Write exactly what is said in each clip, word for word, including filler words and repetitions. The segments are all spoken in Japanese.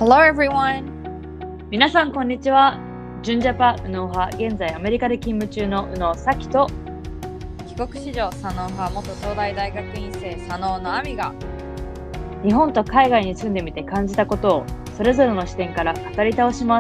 Hello everyone! 皆さんこんにちは。純ジャパ右脳派、現在アメリカで勤務中の右脳咲と帰国子女左脳派元東大大学院生左脳の亜美が日本と海外に住んでみて感じたことをそれぞれの視点から語り倒します。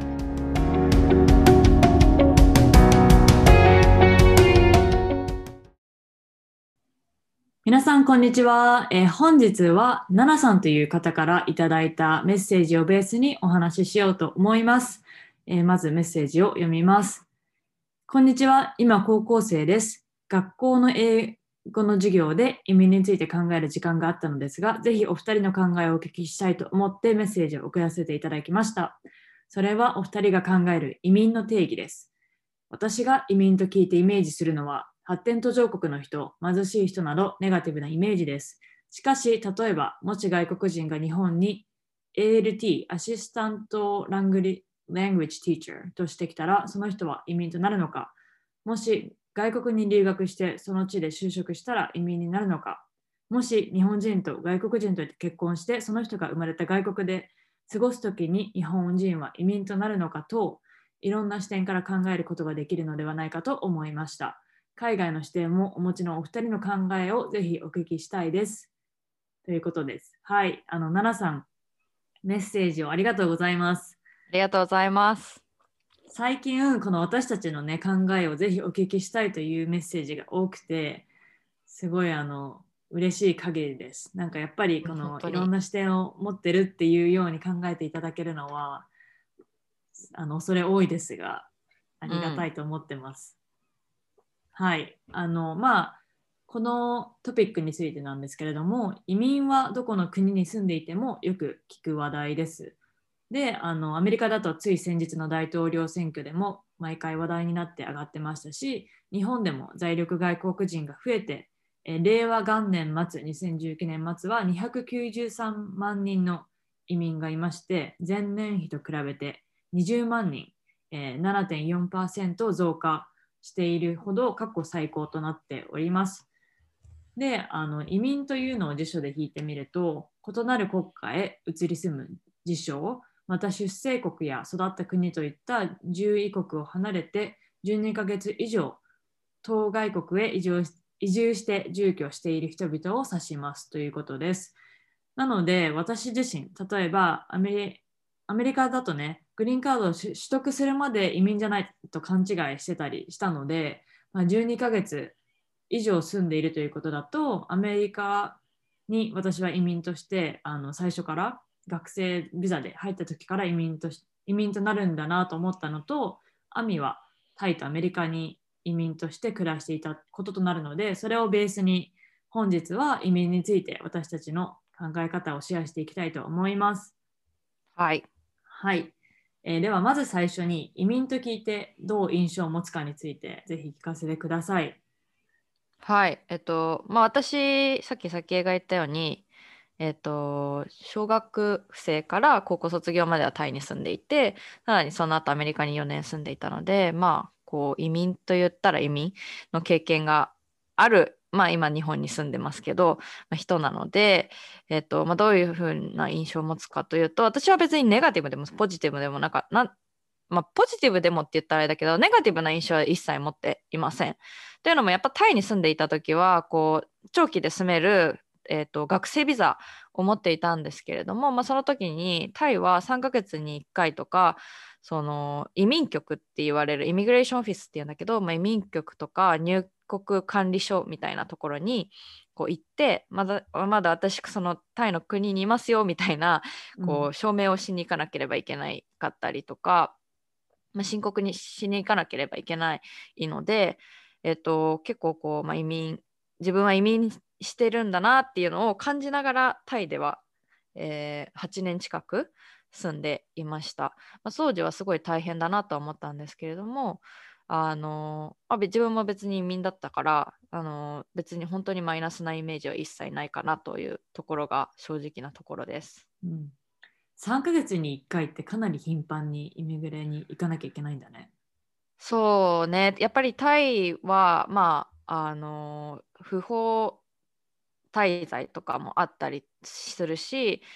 皆さんこんにちは。えー、本日はナナさんという方からいただいたメッセージをベースにお話ししようと思います。えー、まずメッセージを読みます。こんにちは。今高校生です。学校の英語の授業で移民について考える時間があったのですが、ぜひお二人の考えをお聞きしたいと思ってメッセージを送らせていただきました。それはお二人が考える移民の定義です。私が移民と聞いてイメージするのは、発展途上国の人、貧しい人などネガティブなイメージです。しかし、例えば、もし外国人が日本に エーエルティー、アシスタントラングリ Language Teacher としてきたら、その人は移民となるのか。もし外国に留学してその地で就職したら移民になるのか。もし日本人と外国人と結婚してその人が生まれた外国で過ごすときに日本人は移民となるのかと、いろんな視点から考えることができるのではないかと思いました。海外の視点もお持ちのお二人の考えをぜひお聞きしたいです。ということです。はい、あの、ナナさん、メッセージをありがとうございます。 ありがとうございます。 最近、この私たちのね、考えをぜひお聞きしたいというメッセージが多くて、すごいあの、嬉しい限りです。なんかやっぱりこのいろんな視点を持ってるっていうように考えていただけるのは、あの恐れ多いですが、ありがたいと思ってます。うん、はい。あの、まあ、このトピックについてなんですけれども、移民はどこの国に住んでいてもよく聞く話題です。で、あの、アメリカだとつい先日の大統領選挙でも毎回話題になって上がってましたし、日本でも在留外国人が増えて、え令和元年末、にせんじゅうきゅうねん末はにひゃくきゅうじゅうさんまん人の移民がいまして、前年比と比べてにじゅうまん人、えー、ななてんよんパーセント 増加しているほど過去最高となっております。で、あの移民というのを辞書で引いてみると、異なる国家へ移り住む事象、また出生国や育った国といった獣医国を離れてじゅうにかげつ以上当該国へ移住移住して住居している人々を指しますということです。なので私自身、例えばアメリアメリカだとね、グリーンカードを取得するまで移民じゃないと勘違いしてたりしたので、まあ、じゅうにかげつ以上住んでいるということだと、アメリカに私は移民としてあの最初から学生ビザで入った時から移民とし移民となるんだなと思ったのと、アミはタイとアメリカに移民として暮らしていたこととなるので、それをベースに本日は移民について私たちの考え方をシェアしていきたいと思います。 はい。 はい。えー、ではまず最初に移民と聞いてどう印象を持つかについてぜひ聞かせてください。 はい。えっと、まあ私、さっき先が言ったように、えっと、小学生から高校卒業まではタイに住んでいて、さらにその後アメリカによねん住んでいたので、まあ、こう移民と言ったら移民の経験がある、まあ今日本に住んでますけど、まあ、人なので、えっと、まあどういうふうな印象を持つかというと、私は別にネガティブでもポジティブでもなんか、な、まあポジティブでもって言ったらあれだけど、ネガティブな印象は一切持っていません。というのもやっぱタイに住んでいた時は、こう、長期で住めるえーと、学生ビザを持っていたんですけれども、まあ、その時にタイはさんかげつにいっかいとかその移民局って言われるイミグレーションオフィスっていうんだけど、まあ、移民局とか入国管理所みたいなところにこう行ってまだまだ私そのタイの国にいますよみたいなこう証明をしに行かなければいけないかったりとか、まあ、申告にしに行かなければいけないので、えっと、結構こう、まあ、移民自分は移民してるんだなっていうのを感じながらタイでは、えーはちねん近く住んでいました。まあ、当時はすごい大変だなと思ったんですけれども、あのあ自分も別に移民だったから、あの別に本当にマイナスなイメージは一切ないかなというところが正直なところです。 うん、さんかげつにいっかいってかなり頻繁にイミグレに行かなきゃいけないんだね。 そうね、やっぱりタイは、まあ、あの不法滞在とかもあったりするし、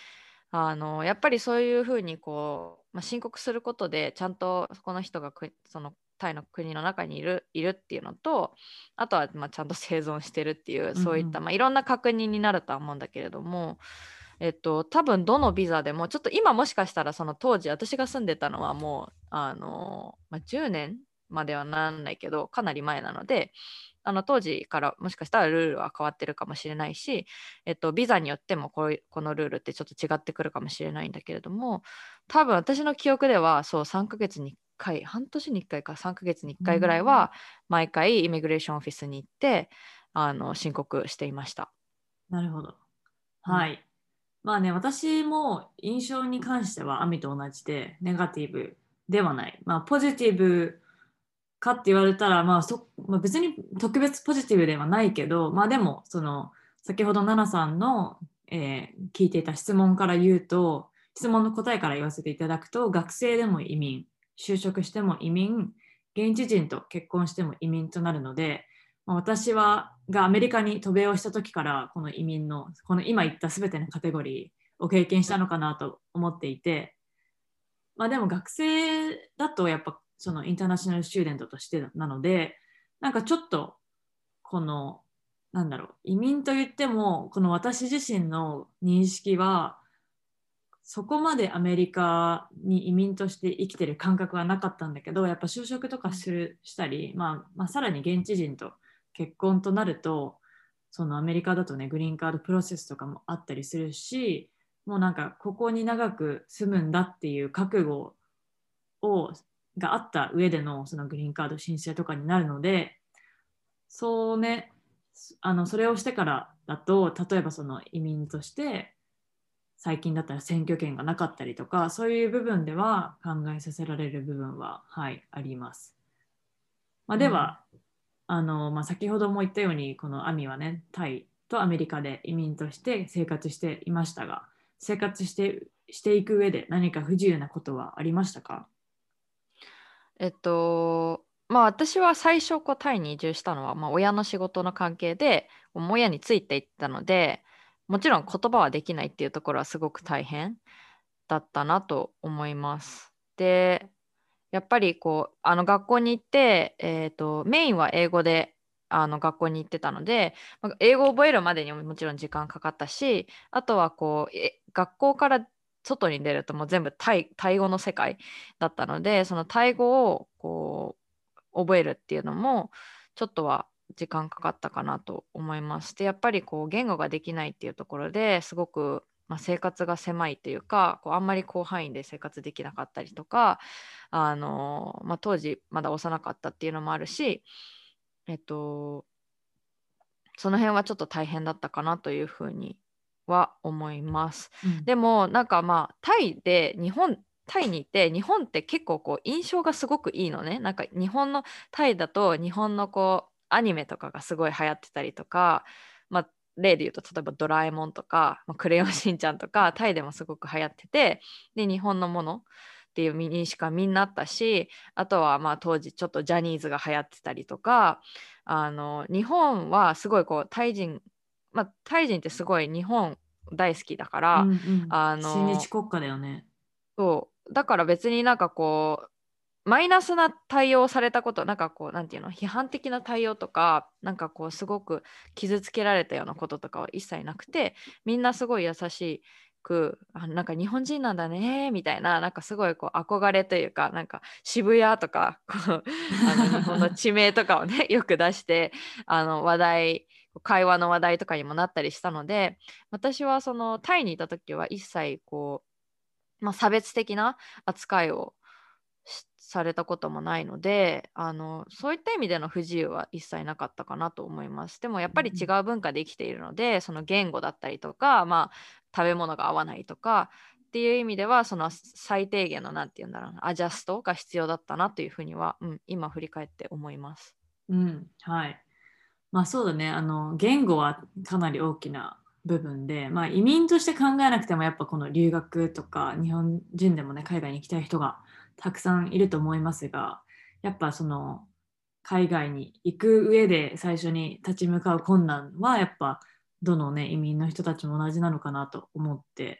あのやっぱりそういうふうにこう、まあ、申告することでちゃんとこの人がくそのタイの国の中にいる、いるっていうのと、あとはまあちゃんと生存してるっていう、 うんそういった、まあ、いろんな確認になるとは思うんだけれども、えっと、多分どのビザでもちょっと今もしかしたらその当時私が住んでたのはもうあの、まあ、じゅうねんまではなんないけどかなり前なので、あの当時からもしかしたらルールは変わってるかもしれないし、えっと、ビザによってもこういうこのルールってちょっと違ってくるかもしれないんだけれども、多分私の記憶ではそうさんかげつにいっかい、半年にいっかいかさんかげつにいっかいぐらいは毎回イミグレーションオフィスに行ってあの申告していました。 なるほど。 うん、 はい。まあね、私も印象に関してはアミと同じで、ネガティブではない。まあ、ポジティブかって言われたら、まあそまあ、別に特別ポジティブではないけど、まあでも、その、先ほど奈々さんの、えー聞いていた質問から言うと、質問の答えから言わせていただくと、学生でも移民、就職しても移民、現地人と結婚しても移民となるので、まあ、私はがアメリカに渡米をした時からこの移民のこの今言った全てのカテゴリーを経験したのかなと思っていて、まあでも学生だとやっぱそのインターナショナルスチューデントとしてなので、なんかちょっとこのなんだろう、移民といってもこの私自身の認識はそこまでアメリカに移民として生きてる感覚はなかったんだけど、やっぱ就職とかするしたり、まあ、まあさらに現地人と結婚となると、そのアメリカだとねグリーンカードプロセスとかもあったりするし、もうなんかここに長く住むんだっていう覚悟をがあった上でのそのグリーンカード申請とかになるので、そうね、あのそれをしてからだと、例えばその移民として最近だったら選挙権がなかったりとか、そういう部分では考えさせられる部分は、はい、あります。まあ、 うん、 ではあの、まあ、先ほども言ったようにこのアミはねタイとアメリカで移民として生活していましたが、生活してしていく上で何か不自由なことはありましたか？ えっとまあ私は最初こうタイに移住したのは、まあ、親の仕事の関係でもう親についていったので、もちろん言葉はできないっていうところはすごく大変だったなと思います。で、やっぱりこう、あの学校に行って、えっと、メインは英語であの学校に行ってたので、まあ英語を覚えるまでにももちろん時間かかったし、あとはこう、え学校から外に出るともう全部タイ、タイ語の世界だったので、そのタイ語をこう覚えるっていうのもちょっとは時間かかったかなと思います。で、やっぱりこう言語ができないっていうところですごく、まあ、生活が狭いっていうか、こうあんまり広範囲で生活できなかったりとか、あの、まあ、当時まだ幼かったっていうのもあるし、えっと、その辺はちょっと大変だったかなというふうには思います。 うん、 でもなんかまあタイで日本タイにいて日本って結構こう印象がすごくいいのね。なんか日本のタイだと日本のこうアニメとかがすごい流行ってたりとか、まあ、例で言うと例えばドラえもんとか、まあ、クレヨンしんちゃんとかタイでもすごく流行ってて、で日本のものっていう認識はみんなあったし、あとはまあ当時ちょっとジャニーズが流行ってたりとか、あの日本はすごいこうタイ人、まあ、タイ人ってすごい日本大好きだかうんら、 うん。 あの親日国家だよね。 そうだから別になんかこうマイナスな対応されたこと、なんかこうなんていうの、批判的な対応とか、なんかこうすごく傷つけられたようなこととかは一切なくて、みんなすごい優しく、あ、なんか日本人なんだねみたいな、なんかすごいこう憧れというか、なんか渋谷とかこうあの日本の地名とかをねよく出して、あの話題会話の話題とかにもなったりしたので、私はそのタイにいた時は一切こう、まあ、差別的な扱いをされたこともないので、あのそういった意味での不自由は一切なかったかなと思います。でもやっぱり違う文化で生きているので、その言語だったりとか、まあ、食べ物が合わないとかっていう意味では、その最低限のなんて言うんだろうな、アジャストが必要だったなというふうには、うん、今振り返って思います。 うん、はい。まあそうだね。あの、言語はかなり大きな部分で、まあ移民として考えなくてもやっぱこの留学とか日本人でもね、海外に行きたい人がたくさんいると思いますが、やっぱその海外に行く上で最初に立ち向かう困難はやっぱどのね、移民の人たちも同じなのかなと思って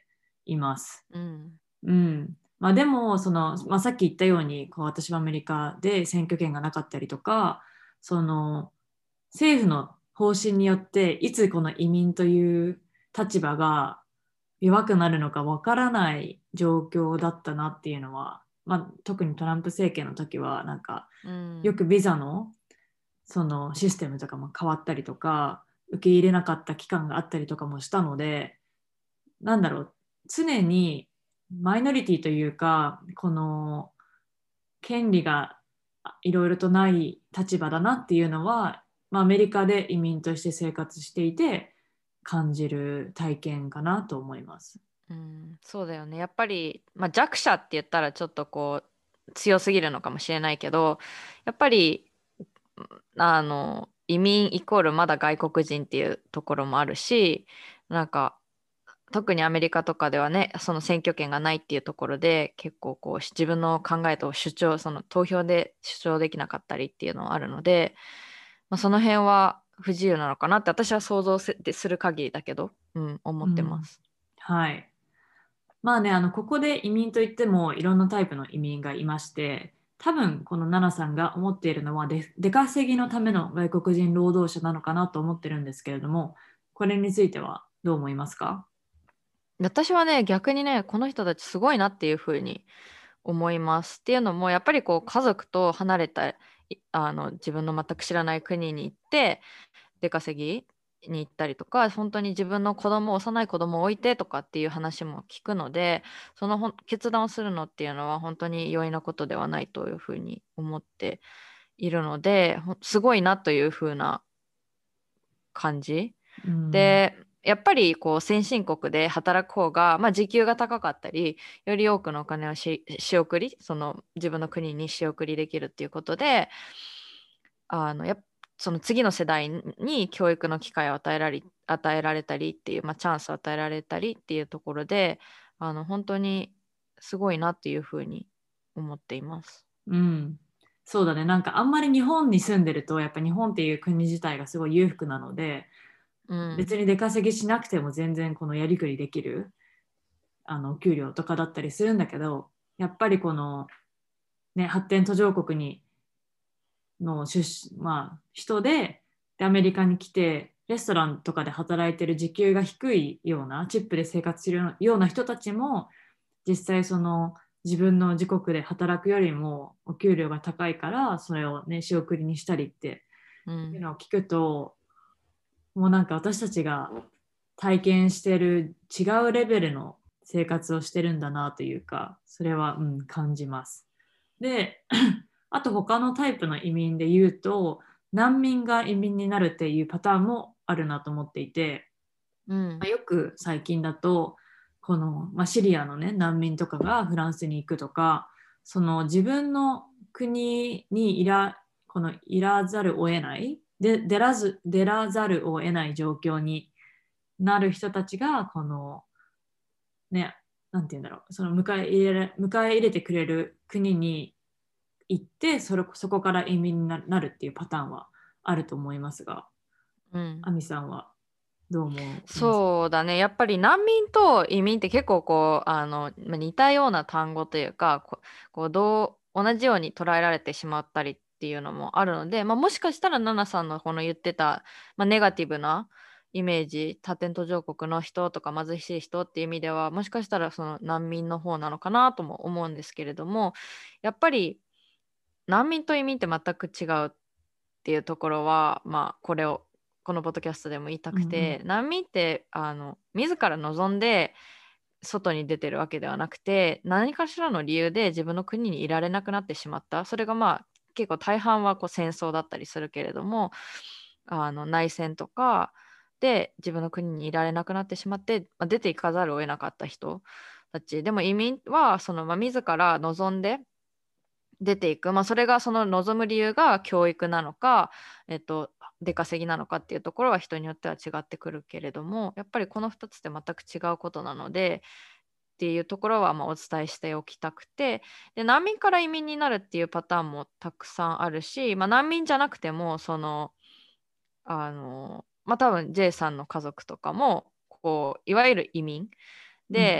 います。 うん。 うん。まあでも、その、まあ、さっき言ったように、こう私はアメリカで選挙権がなかったりとか、その政府の方針によっていつこの移民という立場が弱くなるのかわからない状況だったなっていうのは、まあ、特にトランプ政権の時はなんかうん。 よくビザのそのシステムとかも変わったりとか受け入れなかった期間があったりとかもしたので、なんだろう、常にマイノリティというかこの権利がいろいろとない立場だなっていうのは、まあ、アメリカで移民として生活していて感じる体験かなと思います。 うん、そうだよね。やっぱり、まあ、弱者って言ったらちょっとこう強すぎるのかもしれないけど、やっぱりあの移民イコールまだ外国人っていうところもあるし、なんか特にアメリカとかではね、その選挙権がないっていうところで結構こう自分の考えと主張、その投票で主張できなかったりっていうのはあるので、まあ、その辺は不自由なのかなって私は想像すする限りだけど、うん、思うん、 ってます。 はい。まあね、あの、ここで移民といってもいろんなタイプの移民がいまして、多分このナナさんが思っているのは出、出稼ぎのための外国人労働者なのかなと思ってるんですけれども、これについてはどう思いますか？ 私はね、逆にね、この人たちすごいなっていうふうに思います。っていうのも、やっぱりこう家族と離れたいあの自分の全く知らない国に行って出稼ぎに行ったりとか、本当に自分の子供、幼い子供を置いてとかっていう話も聞くので、そのほん決断をするのっていうのは本当に容易なことではないというふうに思っているので、ほすごいなというふうな感じ。 うん、 で、やっぱりこう先進国で働く方が、まあ、時給が高かったり、より多くのお金をし仕送り、その自分の国に仕送りできるっていうことで、あのやっその次の世代に教育の機会を与えられ、与えられたりっていう、まあ、チャンスを与えられたりっていうところで、あの本当にすごいなっていうふうに思っています。 うん。そうだね。なんかあんまり日本に住んでると、やっぱ日本っていう国自体がすごい裕福なので、 うん、 別に出稼ぎしなくても全然このやりくりできる、あの、給料とかだったりするんだけど、やっぱりこの、ね、発展途上国にの出身、まあ、人で、で、アメリカに来て、レストランとかで働いてる時給が低いような、チップで生活するような人たちも、実際その自分の自国で働くよりもお給料が高いから、それをね、仕送りにしたりっていううん、 のを聞くと、もうなんか私たちが体験してる違うレベルの生活をしてるんだなというか、それは、うん、感じます。で、あと他のタイプの移民で言うと、難民が移民になるっていうパターンもあるなと思っていて、 うん、 まあよく最近だと、この、まあ、シリアのね、難民とかがフランスに行くとか、その自分の国にいら、このいらざるを得ない、で出らず、出らざるを得ない状況になる人たちが、このね、なんて言うんだろう、その迎え入れ、迎え入れてくれる国に行って、それ、そこから移民にななるっていうパターンはあると思いますが、 うん。 アミさんはどう思いますか？ そうだね。やっぱり難民と移民って結構こう、あの、まあ似たような単語というか、ここう、どう、同じように捉えられてしまったりっていうのもあるので、まあ、もしかしたらナナさんのこの言ってた、まあ、ネガティブなイメージ、多点途上国の人とか貧しい人っていう意味では、もしかしたらその難民の方なのかなとも思うんですけれども、やっぱり難民と移民って全く違うっていうところは、まあ、これをこのポッドキャストでも言いたうんうん。 くて、難民ってあの自ら望んで外に出てるわけではなくて、何かしらの理由で自分の国にいられなくなってしまった。それがまあ結構大半はこう戦争だったりするけれども、あの内戦とかで自分の国にいられなくなってしまって、まあ、出ていかざるを得なかった人たち。でも移民はその、まあ、自ら望んで出ていく、まあ、それがその望む理由が教育なのか、えっと、出稼ぎなのかっていうところは人によっては違ってくるけれども、やっぱりこのふたつって全く違うことなのでっていうところはまあお伝えしておきたくて、で難民から移民になるっていうパターンもたくさんあるし、まあ、難民じゃなくてもそのあのまあ多分 J さんの家族とかもこういわゆる移民で、 うんうん。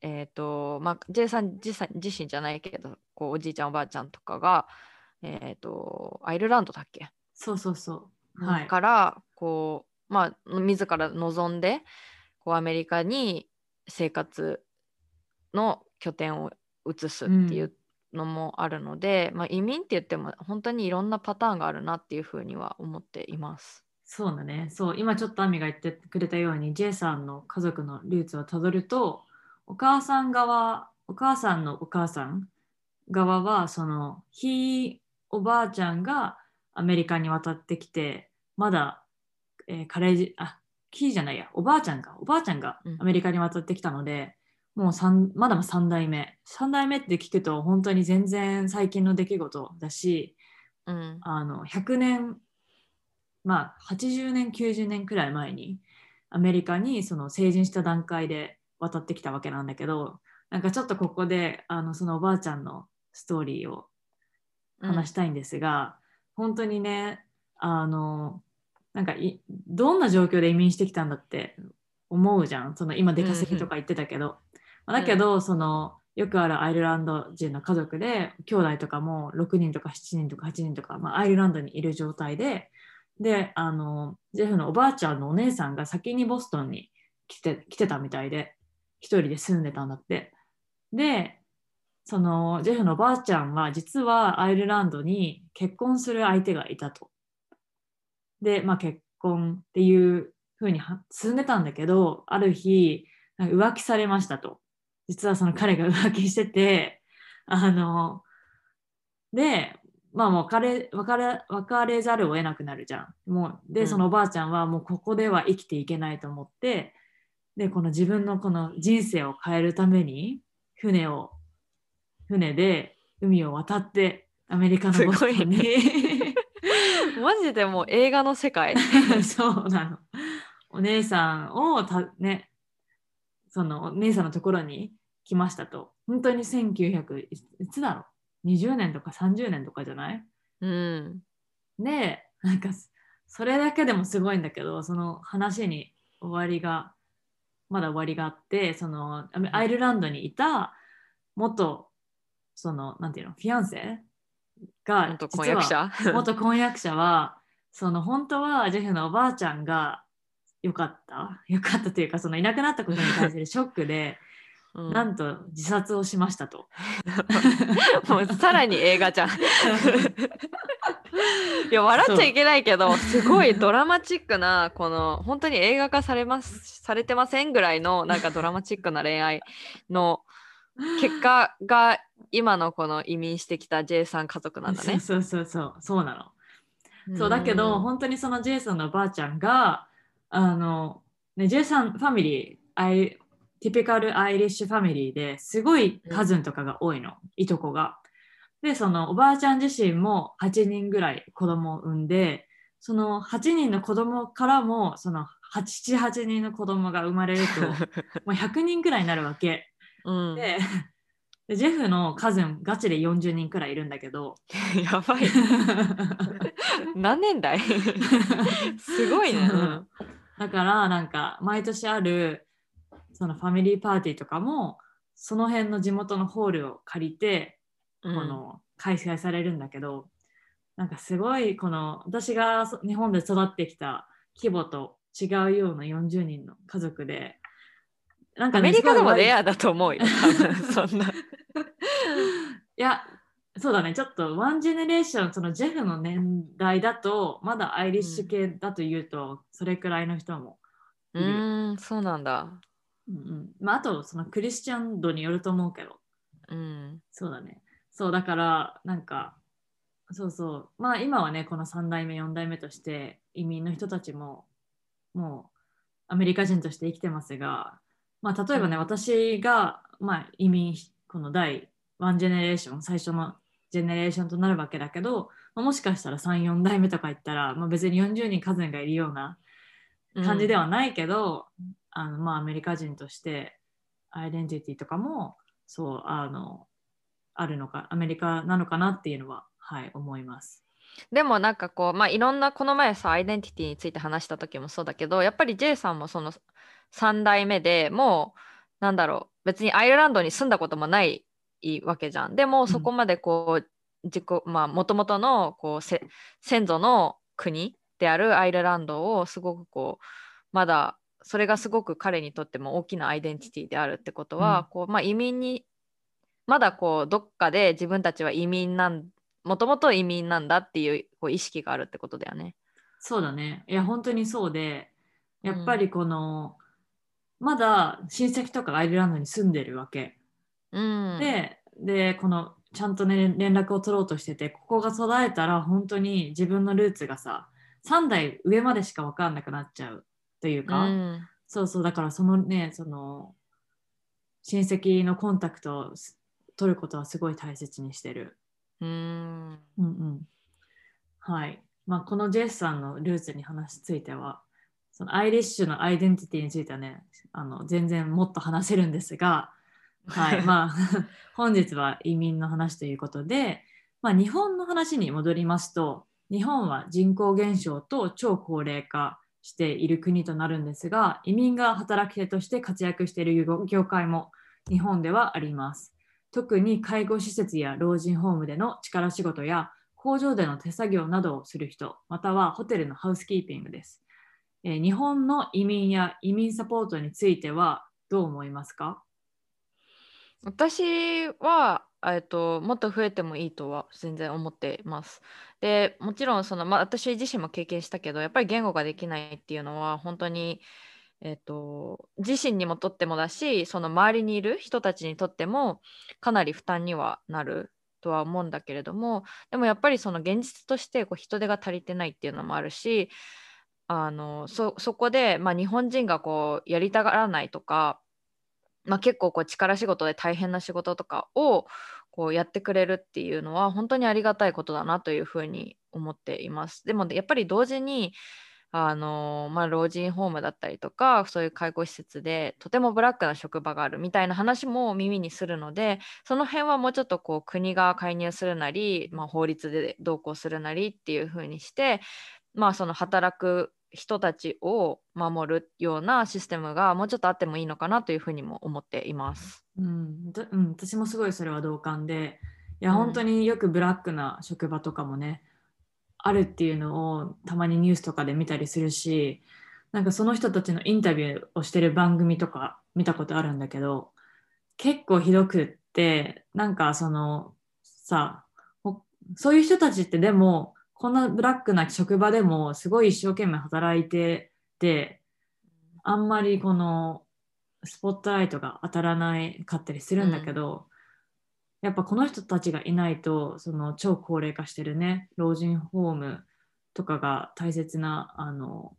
えーとまあ、J さん自身、自身じゃないけどこうおじいちゃんおばあちゃんとかが、えーと、アイルランドだっけ、 そうそうそう。 うん、 はい。 からこう、まあ、自ら望んでこうアメリカに生活の拠点を移すっていううん。 のもあるので、まあ、移民って言っても本当にいろんなパターンがあるなっていうふうには思っています。 そうだね。そう、今ちょっとアミが言ってくれたように、J さんの家族のルーツをたどると、お母さん側、お母さんのお母さん側は、その、ひいおばあちゃんがアメリカに渡ってきて、まだ、えーカレージ、あ、ひいじゃないや、おばあちゃんが、おばあちゃんがうん、 アメリカに渡ってきたので、もう三まださん代目。さん代目って聞くと、本当に全然最近の出来事だし、 うん、 あの、ひゃくねん、まあ、はちじゅうねん、きゅうじゅうねんくらい前にアメリカにその成人した段階で渡ってきたわけなんだけど、なんかちょっとここであのそのおばあちゃんのストーリーをうん、 話したいんですが、本当にね、あの、なんかいどんな状況で移民してきたんだって思うじゃん。その今出うん、 稼ぎとか言ってたけど。まあだうん、 けど、そのよくあるアイルランド人の家族で、兄弟とかもろくにんとかしちにんとかはちにんとか、まあ、アイルランドにいる状態で、で、あの、ジェフのおばあちゃんのお姉さんが先にボストンに来て、来てたみたいで、一人で住んでたんだって。で、そのジェフのおばあちゃんは実はアイルランドに結婚する相手がいたと。で、まあ、結婚っていうふうに進んでたんだけど、ある日、なんか浮気されましたと。実はその彼が浮気してて、あの、で、まあもう別れ、別れ、別れざるを得なくなるじゃん。もう、で、そのおうん。 ばあちゃんはもうここでは生きていけないと思って、で、この自分のこの人生を変えるために、船を、船で海を渡ってアメリカのすボストンにごいね。マジでもう映画の世界。 そうなの。お姉さんをた、ね、そのお姉さんのところに来ましたと。本当にせんきゅうひゃく、いつだろう？ にじゅう 年とかさんじゅうねんとかじゃない？ うん。 で、なんか、それだけでもすごいんだけど、その話に終わりが、まだ終わりがあって、そのアイルランドにいた元、その、なんていうの、フィアンセが、 元婚実は、 約者。 元婚約者は、その本当はジェフのおばあちゃんがよかった、よかったというか、そのいなくなったことに対するショックで、 うん。 なんと自殺をしましたと。 もうさらに映画じゃん。いや、笑っちゃいそう。 けないけど、すごいドラマチックな、この、本当に映画化されます、されてませんぐらいの、なんかドラマチックな恋愛の結果が、今のこの移民してきた J さん家族なんだね。 そうそうそうそう、そうなの。 うそうだけど、 ーん。 本当にそのジェイソンのおばあちゃんが、あの、ね、ジェイソンファミリー、アイティピカルアイリッシュファミリーですごいうん。 カズンとかが多いの、いとこが。で、そのおばあちゃん自身もはちにんぐらい子供を産んで、そのはちにんの子供からも、そのなな、はちにんの子供が生まれると、もうひゃくにんぐらいになるわけ。 うん。 で、でジェフのカズンガチでよんじゅうにんくらいいるんだけど、 やばいね。何年代？すごいね。うそうん。 だからなんか毎年あるそのファミリーパーティーとかもその辺の地元のホールを借りてうん。 この開催されるんだけど、なんかすごいこの私が日本で育ってきた規模と違うようなよんじゅうにんの家族で、なんかねすアメリカでもごいワイレアだと思うよ、多分、そんな。 いや、そうだね、ちょっとワンジェネレーション、そのジェフの年代だと、まだアイリッうん。 シュ系だというと、それくらいの人もういる。 ーん、そうなんだ。 うんうん、まあ、あと、そのクリスチャン度によると思うけど、 うん。 そうだね。そう、だから、なんか、そうそう、まあ今はね、このさん代目、よん代目として移民の人たちも、もうアメリカ人として生きてますが、まあ例えばね、 うん。 私が、まあ、移民、この第ワンジェネレーション、最初のジェネレーションとなるわけだけど、まあ、もしかしたらさん、よん代目とか言ったら、まあ、別によんじゅうにんカズンがいるような感じでうん。 はないけど、あのまあアメリカ人としてアイデンティティとかもそうあのあるのか、アメリカなのかなっていうのは、はい、思います。 でもなんかこう、まあいろんな、この前さ、アイデンティティについて話した時もそうだけど、やっぱり J さんもそのさん代目でもう、 なんだろう、別にアイルランドに住んだこともないわけじゃん。でもうん、 そこまでこう自己まあもともとのこうせ先祖の国であるアイルランドをすごくこうまだそれがすごく彼にとっても大きなアイデンティティであるってことうん、 はこう、まあ、移民にまだこうどっかで自分たちは移民なんもともと移民なんだっていう、こう意識があるってことだよね。 そうだね。いや、本当にそうで、 うん、 やっぱりこの、まだ親戚とかアイルランドに住んでるわけ。 うん、 で、で、この、ちゃんとね、連絡を取ろうとしてて、ここが途絶えたら、本当に自分のルーツがさ、さん代上までしか分かんなくなっちゃうといううか、 ん、 そうそう、だからそのね、その、親戚のコンタクトを取ることはすごい大切にしてる。 うん。 うんうん。はい。まあ、このジェイスさんのルーツに話しついては、そのアイリッシュのアイデンティティについてはね、あの全然もっと話せるんですが、はい。まあ、本日は移民の話ということで、まあ、日本の話に戻りますと、日本は人口減少と超高齢化している国となるんですが、移民が働き手として活躍している業界も日本ではあります。特に介護施設や老人ホームでの力仕事や工場での手作業などをする人、またはホテルのハウスキーピングです。えー日本の移民や移民サポートについてはどう思いますか？ 私は、えっと、もっと増えてもいいとは全然思っています。で、もちろんその、まあ、私自身も経験したけど、やっぱり言語ができないっていうのは本当に、えっと、自身にもとってもだし、その周りにいる人たちにとってもかなり負担にはなるとは思うんだけれども、でもやっぱりその現実としてこう人手が足りてないっていうのもあるし、あのそ、そこで、まあ、日本人がこうやりたがらないとか、まあ、結構こう力仕事で大変な仕事とかをこうやってくれるっていうのは本当にありがたいことだなというふうに思っています。でもやっぱり同時にあの、まあ、老人ホームだったりとかそういう介護施設でとてもブラックな職場があるみたいな話も耳にするので、その辺はもうちょっとこう国が介入するなり、まあ、法律でどうこうするなりっていうふうにして、まあ、その働く人たちを守るようなシステムがもうちょっとあってもいいのかなというふうにも思っています。 うん、だうん、私もすごいそれは同感で、いや、本当うん、 によくブラックな職場とかもね、あるっていうのをたまにニュースとかで見たりするし、なんかその人たちのインタビューをしてる番組とか見たことあるんだけど、結構ひどくって、なんかそのさ、ほそういう人たちってでも、こんなブラックな職場でもすごい一生懸命働いてて、あんまりこのスポットライトが当たらないかったりするんだけうん、 ど、やっぱこの人たちがいないと、その超高齢化してるね、老人ホームとかが大切な、あの、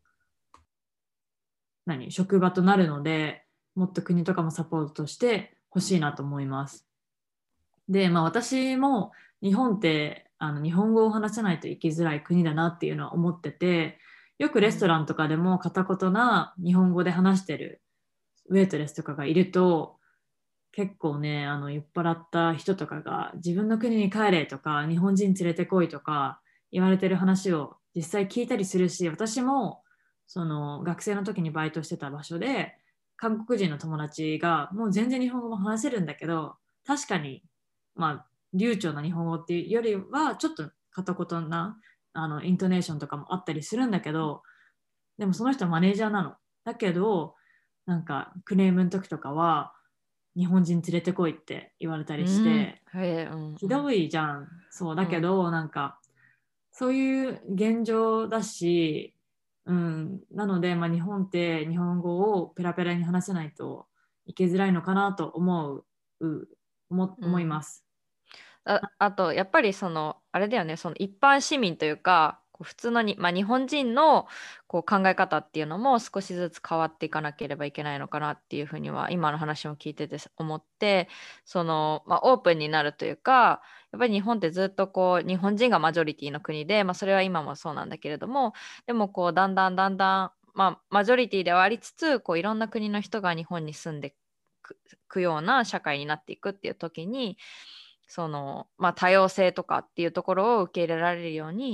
何、職場となるので、もっと国とかもサポートしてほしいなと思います。で、まあ私も日本ってあの日本語を話せないと生きづらい国だなっていうのは思ってて、よくレストラうん、 ンとかでも片言な日本語で話してるウェイトレスとかがいると、結構ね、あの酔っ払った人とかが自分の国に帰れとか、日本人連れてこいとか言われてる話を実際聞いたりするし、私もその学生の時にバイトしてた場所で、韓国人の友達がもう全然日本語も話せるんだけど、確かに、まあ、流暢な日本語っていうよりは、ちょっと片言なあのイントネーションとかもあったりするんだけど、でもその人はマネージャーなの。だけど、なんかクレームの時とかは、日本人連れてこいって言われたりしうん、 て、 へえ、うん、うん、 ひどいじゃん。そうだうん、 けど、なんか、そういう現状だし、うん、なので、まあ、日本って日本語をペラペラに話せないといけづらいのかなと思う、う思、 うん。 思います。 あ、あと、やっぱりその、あれだよね、その一般市民というか、こう普通のに、まあ、日本人のこう考え方っていうのも少しずつ変わっていかなければいけないのかなっていうふうには、今の話も聞いてて思って、その、まあ、オープンになるというか、やっぱり日本ってずっとこう、日本人がマジョリティの国で、まあ、それは今もそうなんだけれども、でもこう、だんだんだんだん、まあ、マジョリティではありつつ、こう、いろんな国の人が日本に住んでく、くような社会になっていくっていう時に、その、まあ、多様性とかっていうところを受け入れられるように、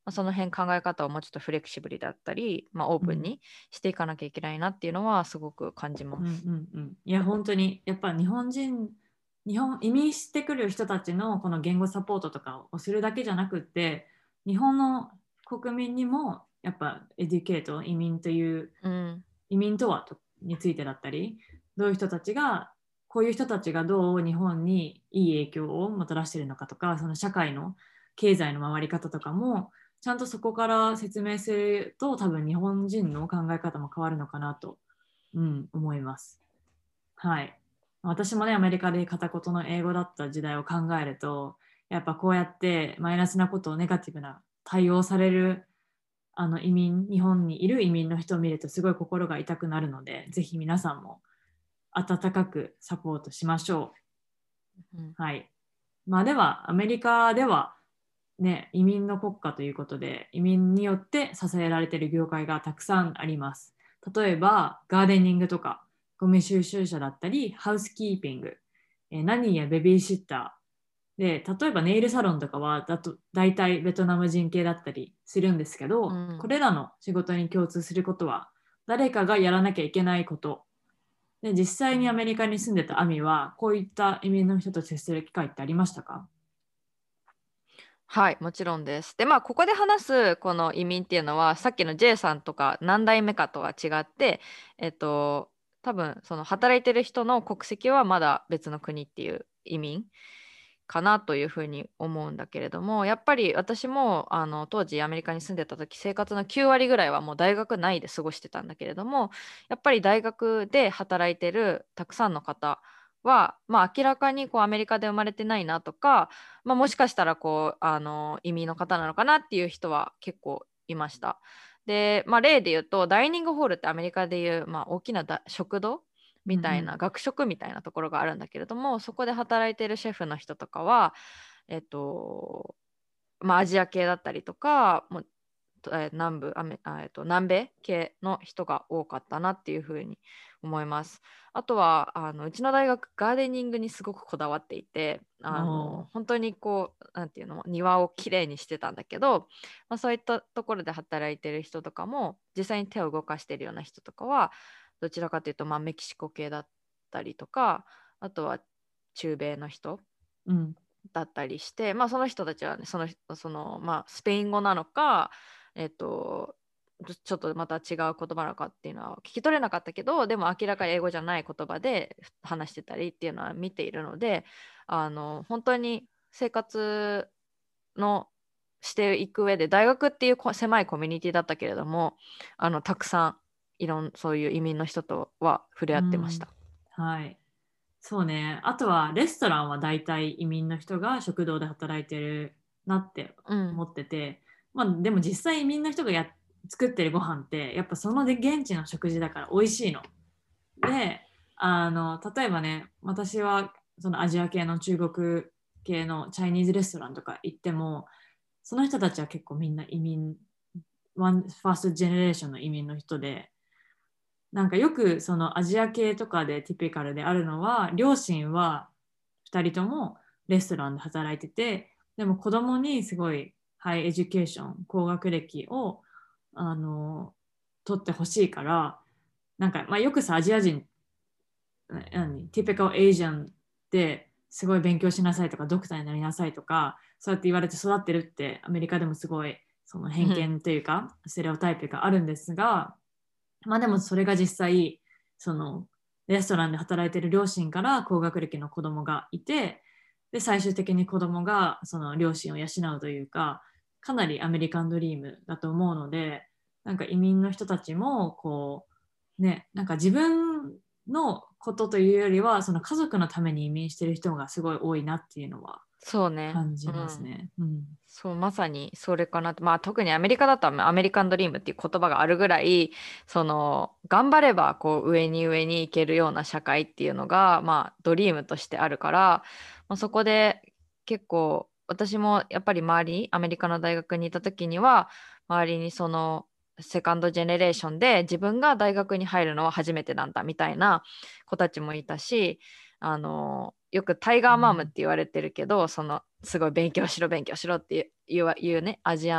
あ、その辺考え方をもうちょっとフレキシブルだったり、まあ、オープンにしていかなきゃいけないなっていうのはすごく感じうんうます。 んうん。いや、本当に、やっぱ日本人、日本、移民してくる人たちのこの言語サポートとかをするだけじゃなくって、日本の国民にも、やっぱエデュケート、移民という、 うん、 移民とはとについてだったり、どういう人たちが、こういう人たちがどう日本にいい影響をもたらしているのかとか、その社会の経済の回り方とかも、ちゃんとそこから説明すると、多分日本人の考え方も変わるのかなと、うん、思います。はい。私もね、アメリカで片言の英語だった時代を考えると、やっぱこうやってマイナスなことをネガティブな対応されるあの移民、日本にいる移民の人を見るとすごい心が痛くなるので、ぜひ皆さんも温かくサポートしましょうん、 う。はい。まあでは、アメリカではね、移民の国家ということで、移民によって支えられている業界がたくさんあります。例えば、ガーデニングとか、ゴミ収集車だったり、ハウスキーピング、えーナニーやベビーシッター。で、例えばネイルサロンとかは、だと大体ベトナム人系だったりするんですけど、こうん。 れらの仕事に共通することは、誰かがやらなきゃいけないこと。で、実際にアメリカに住んでたアミは、こういった移民の人と接する機会ってありましたか？ はい、もちろんです。で、まあ、ここで話すこの移民っていうのは、さっきの J さんとか何代目かとは違って、えっと、多分その働いてる人の国籍はまだ別の国っていう移民かなというふうに思うんだけれども、やっぱり私もあの当時アメリカに住んでた時、生活のきゅう割ぐらいはもう大学内で過ごしてたんだけれども、やっぱり大学で働いてるたくさんの方は、まあ、明らかにこうアメリカで生まれてないなとか、まあ、もしかしたらこうあの移民の方なのかなっていう人は結構いました。で、まあ、例で言うとダイニングホールってアメリカでいう、まあ、大きなだ食堂みたいな、 うん学食みたいなところがあるんだけれども、そこで働いてるシェフの人とかは、えっとまあ、アジア系だったりとか、もうえー南部アメあ、えっと、南米系の人が多かったなっていうふうに思います。あとはあのうちの大学ガーデニングにすごくこだわっていて、 うん。 あおー。 の本当にこうなんていうの、庭をきれいにしてたんだけど、まあ、そういったところで働いてる人とかも実際に手を動かしてるような人とかはどちらかというと、まあ、メキシコ系だったりとか、あとは中米の人うん。 だったりして、まあ、その人たちはね、その、その、まあ、スペイン語なのか、えっと、ちょっとまた違う言葉なのかっていうのは聞き取れなかったけど、でも明らかに英語じゃない言葉で話してたりっていうのは見ているので、あの本当に生活のしていく上で、大学っていうこ狭いコミュニティだったけれども、あのたくさんいろんそういう移民の人とは触れ合うってましん。 た。 はい。そうね。あとはレストランは大体移民の人が食堂で働いてるなってうん、 思ってて、まあでも実際移民の人がや作ってるご飯ってやっぱそので現地の食事だから美味しいの。で、あの、例えばね、私はそのアジア系の中国系のチャイニーズレストランとか行っても、その人たちは結構みんな移民、ワンファーストジェネレーションの移民の人で、なんかよくそのアジア系とかでティピカルであるのは、両親はふたりともレストランで働いてて、でも子供にすごいハイエデュケーション、高学歴をあの取ってほしいから、なんか、まあ、よくさ、アジア人、何、ティピカルエイジアンですごい勉強しなさいとか、ドクターになりなさいとか、そうやって言われて育ってるってアメリカでもすごいその偏うん、 見というか、ステレオタイプがあるんですが、まあでもそれが実際、そのレストランで働いてる両親から高学歴の子供がいて、で、最終的に子供がその両親を養うというか、かなりアメリカンドリームだと思うので、なんか移民の人たちも、こう、ね、なんか自分のことというよりは、その家族のために移民してる人がすごい多いなっていうのはそうね。 感じますうん。 ね。うん。 そう、まさにそれかなと。まあ、特にアメリカだとアメリカンドリームっていう言葉があるぐらい、その、頑張ればこう上に上に行けるような社会っていうのが、まあ、ドリームとしてあるから、まあ、そこで結構、私もやっぱり周り、アメリカの大学にいた時には、周りにその、セカンドジェネレーションで自分が大学に入るのは初めてなんだみたいな子たちもいたし、あのよくタイガーマームって言われてるけど、そのすごい勉強しろ勉強しろっていう言うね、アジアン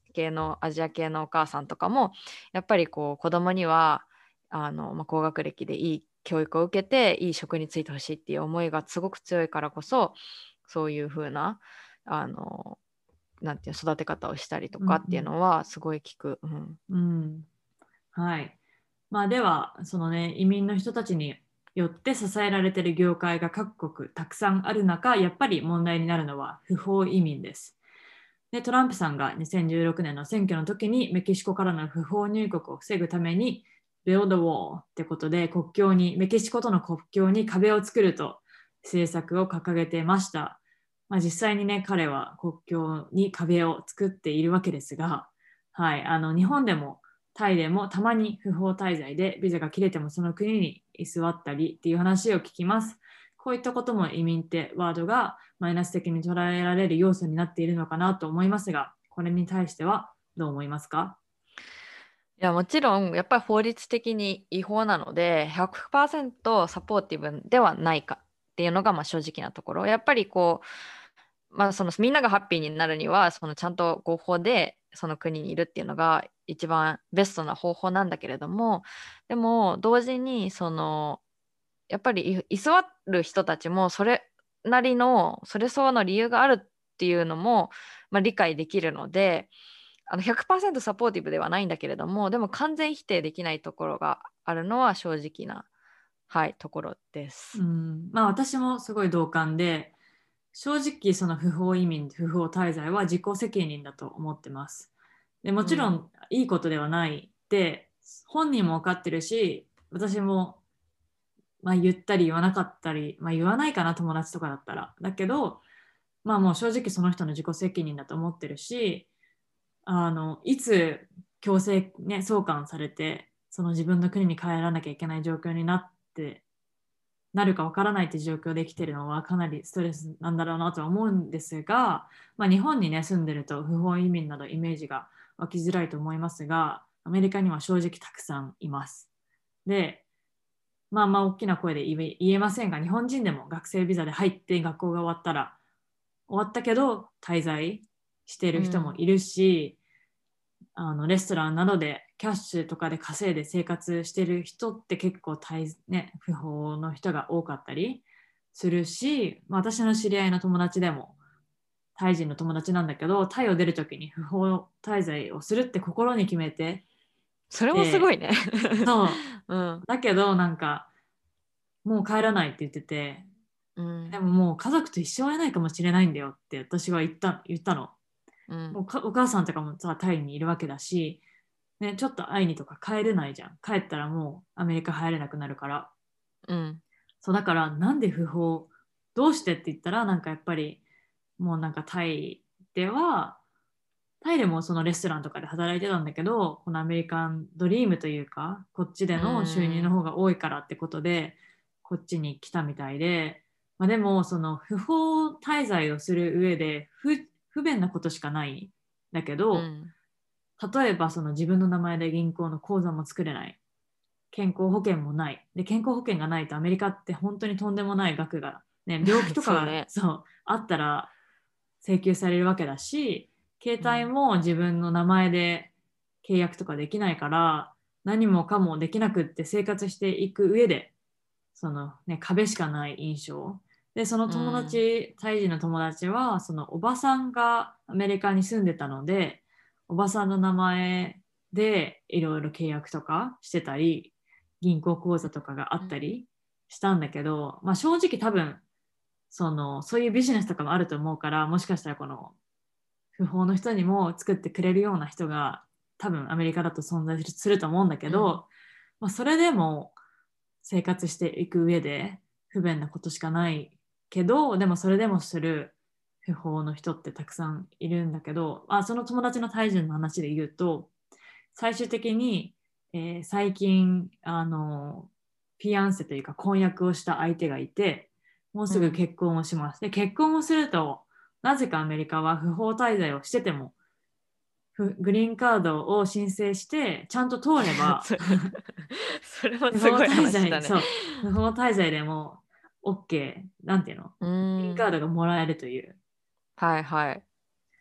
系のアジア系のお母さんとかもやっぱりこう子供にはあの、まあ、高学歴でいい教育を受けていい職に就いてほしいっていう思いがすごく強いからこそそういう風なあのなんていう育て方をしたりとかっていうのはすごい聞く。うん、 うん、はい。まあではそのね移民の人たちによって支えられている業界が各国たくさんある中、やっぱり問題になるのは不法移民です。で、トランプさんがにせんじゅうろくねんの選挙の時にメキシコからの不法入国を防ぐために Build a Wall ってことで国境にメキシコとの国境に壁を作ると政策を掲げていました。まあ、実際にね彼は国境に壁を作っているわけですが、はい、あの日本でもタイでもたまに不法滞在でビザが切れてもその国に居座ったりっていう話を聞きます。こういったことも移民ってワードがマイナス的に捉えられる要素になっているのかなと思いますが、これに対してはどう思いますか？ いやもちろんやっぱり法律的に違法なのでひゃくパーセントサポーティブではないかっていうのがまあ正直なところ。やっぱりこう、まあ、そのみんながハッピーになるにはそのちゃんと合法でその国にいるっていうのが一番ベストな方法なんだけれども、でも同時にそのやっぱり居座る人たちもそれなりのそれ相応の理由があるっていうのも、まあ、理解できるので、あのひゃくパーセントサポーティブではないんだけれどもでも完全否定できないところがあるのは正直な、はい、ところでうす。 ん、まあ私もすごい同感で、正直その不法移民、不法滞在は自己責任だと思ってます。でもうん、 ちろんいいことではないって本人も分かってるし、私もまあ言ったり言わなかったり、まあ言わないかな友達とかだったら。だけど、まあもう正直その人の自己責任だと思ってるし、あのいつ強制、ね、送還されてその自分の国に帰らなきゃいけない状況になってなるかわからないって状況で生きてるのはかなりストレスなんだろうなとは思うんですが、まあ、日本にね住んでると不法移民などイメージが湧きづらいと思いますが、アメリカには正直たくさんいます。で、まあまあ大きな声で言え言えませんが、日本人でも学生ビザで入って学校が終わったら終わったけど滞在してる人もうん、 いるし、あのレストランなどでキャッシュとかで稼いで生活してる人って結構大、ね、不法の人が多かったりするし、まあ、私の知り合いの友達でもタイ人の友達なんだけど、タイを出るときに不法滞在をするって心に決めてそれもすごて、 いね。 そううん、 だけどなんかもう帰らないって言ってて、 うん、 でももう家族と一生会えないかもしれないんだよって私は言った言ったの。 うん、 もうかお母さんとかもさタイにいるわけだし、ね、ちょっと会いにとか帰れないじゃん。帰ったらもうアメリカ入れなくなるから。 うん、 そうだからなんで不法、どうしてって言ったらなんかやっぱりもうなんかタイではタイでもそのレストランとかで働いてたんだけど、このアメリカンドリームというかこっちでうの収入のん、 方が多いからってことでこっちに来たみたいで、まあ、でもその不法滞在をする上で不、不便なことしかないんだけど、 うん、 例えばその自分の名前で銀行の口座も作れない、健康保険もない。で、健康保険がないとアメリカって本当にとんでもない額が、ね、病気とかがそうね。 そうあったら請求されるわけだし、携帯うん、 も自分の名前で契約とかできないから、何もかもできなくって生活していく上で、そのね、壁しかない印象。で、そのう友ん、 達、タイ人の友達は、そのおばさんがアメリカに住んでたので、おばさんの名前でいろいろ契約とかしてたり、銀行口座とかがあうん、 ったりしたんだけど、まあ、正直多分そのそういうビジネスとかもあると思うから、もしかしたらこの不法の人にも作ってくれるような人が多分アメリカだと存在すると思うんだけうん、 ど、まあ、それでも生活していく上で不便なことしかないけど、でもそれでもする不法の人ってたくさんいるんだけど、あ、その友達のタイ人の話で言うと、最終的に、えー最近あのピアンセというか婚約をした相手がいて、もうすぐうん。 結婚をします。で、結婚をするとなぜかアメリカは不法滞在をしててもグリーンカードを申請してちゃんと通ればそれそれも不法すごい滞在、 話だね。 そう、不法滞在でも OK、なんていうの、 うグリーンカーん。 ドがもらえるという。 はいはい。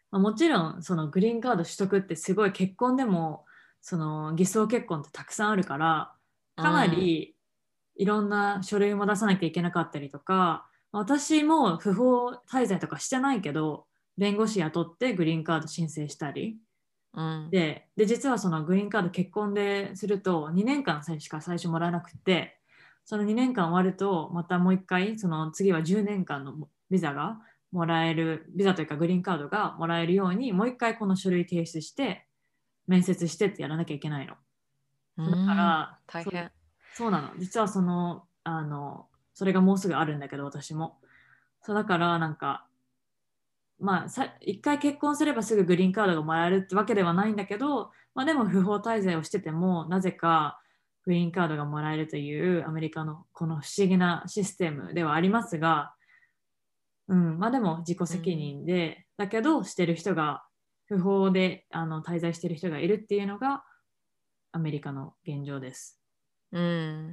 まあ、もちろんそのグリーンカード取得ってすごい結婚でもその偽装結婚ってたくさんあるからかなうん。 りいろんな書類も出さなきゃいけなかったりとか、私も不法滞在とかしてないけど弁護士雇ってグリーンカード申請したりうん。 で、で実はそのグリーンカード結婚でするとにねんかんしか最初もらえなくて、そのにねんかん終わるとまたもう一回その次はじゅうねんかんのビザがもらえる、ビザというかグリーンカードがもらえるようにもう一回この書類提出して面接してってやらなきゃいけないの。 うそうだかん。 らそう、 大変。 そうなの。実はその、あの、それがもうすぐあるんだけど、私も。そうだからなんか、まあさ、一回結婚すればすぐグリーンカードがもらえるってわけではないんだけど、まあ、でも不法滞在をしててもなぜかグリーンカードがもらえるというアメリカのこの不思議なシステムではありますが、うん、まあでも自己責うん。 任で、だけどしてる人が、不法であの滞在してる人がいるっていうのがアメリカの現状です。 うん。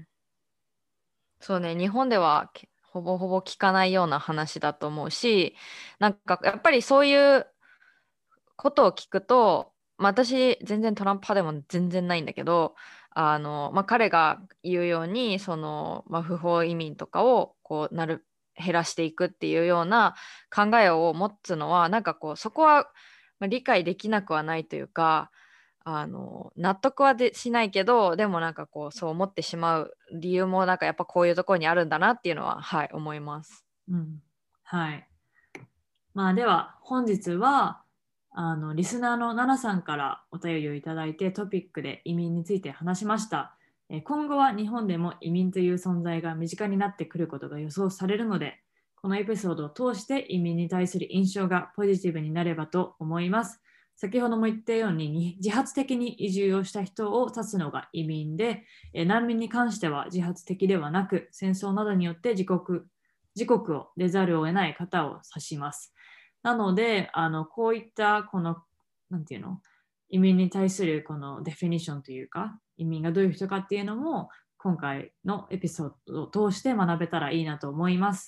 そうね、日本ではけほぼほぼ聞かないような話だと思うし、なんかやっぱりそういうことを聞くと、まあ、私全然トランプ派でも全然ないんだけど、あの、まあ、彼が言うようにその、まあ、不法移民とかをこうなる減らしていくっていうような考えを持つのはなんかこうそこはまあ理解できなくはないというか、あの納得はでしないけど、でもなんかこうそう思ってしまう理由もなんかやっぱこういうところにあるんだなっていうのは、はい、思います。 うん、はい。まあ、では本日はあのリスナーのナナさんからお便りをいただいてトピックで移民について話しました。え今後は日本でも移民という存在が身近になってくることが予想されるので、このエピソードを通して移民に対する印象がポジティブになればと思います。先ほども言ったように自発的に移住をした人を指すのが移民で、難民に関しては自発的ではなく戦争などによって自国自国を出ざるを得ない方を指します。なので、あのこういったこの、なんていうの、移民に対するこのデフィニッションというか、移民がどういう人かっていうのも、今回のエピソードを通して学べたらいいなと思います。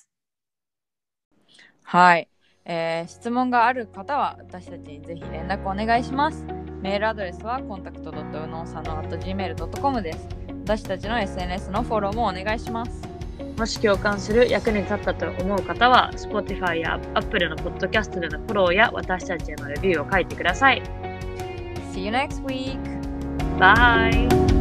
はい、えー質問がある方は私たちにぜひ連絡お願いします。メールアドレスは コンタクト ドット うのうさの アット ジーメール ドット コム です。私たちの エスエヌエス のフォローもお願いします。 もし共感する役に立ったと思う方は Spotify や Apple のポッドキャストでのフォローや私たちへのレビューを書いてください。 See you next week! Bye!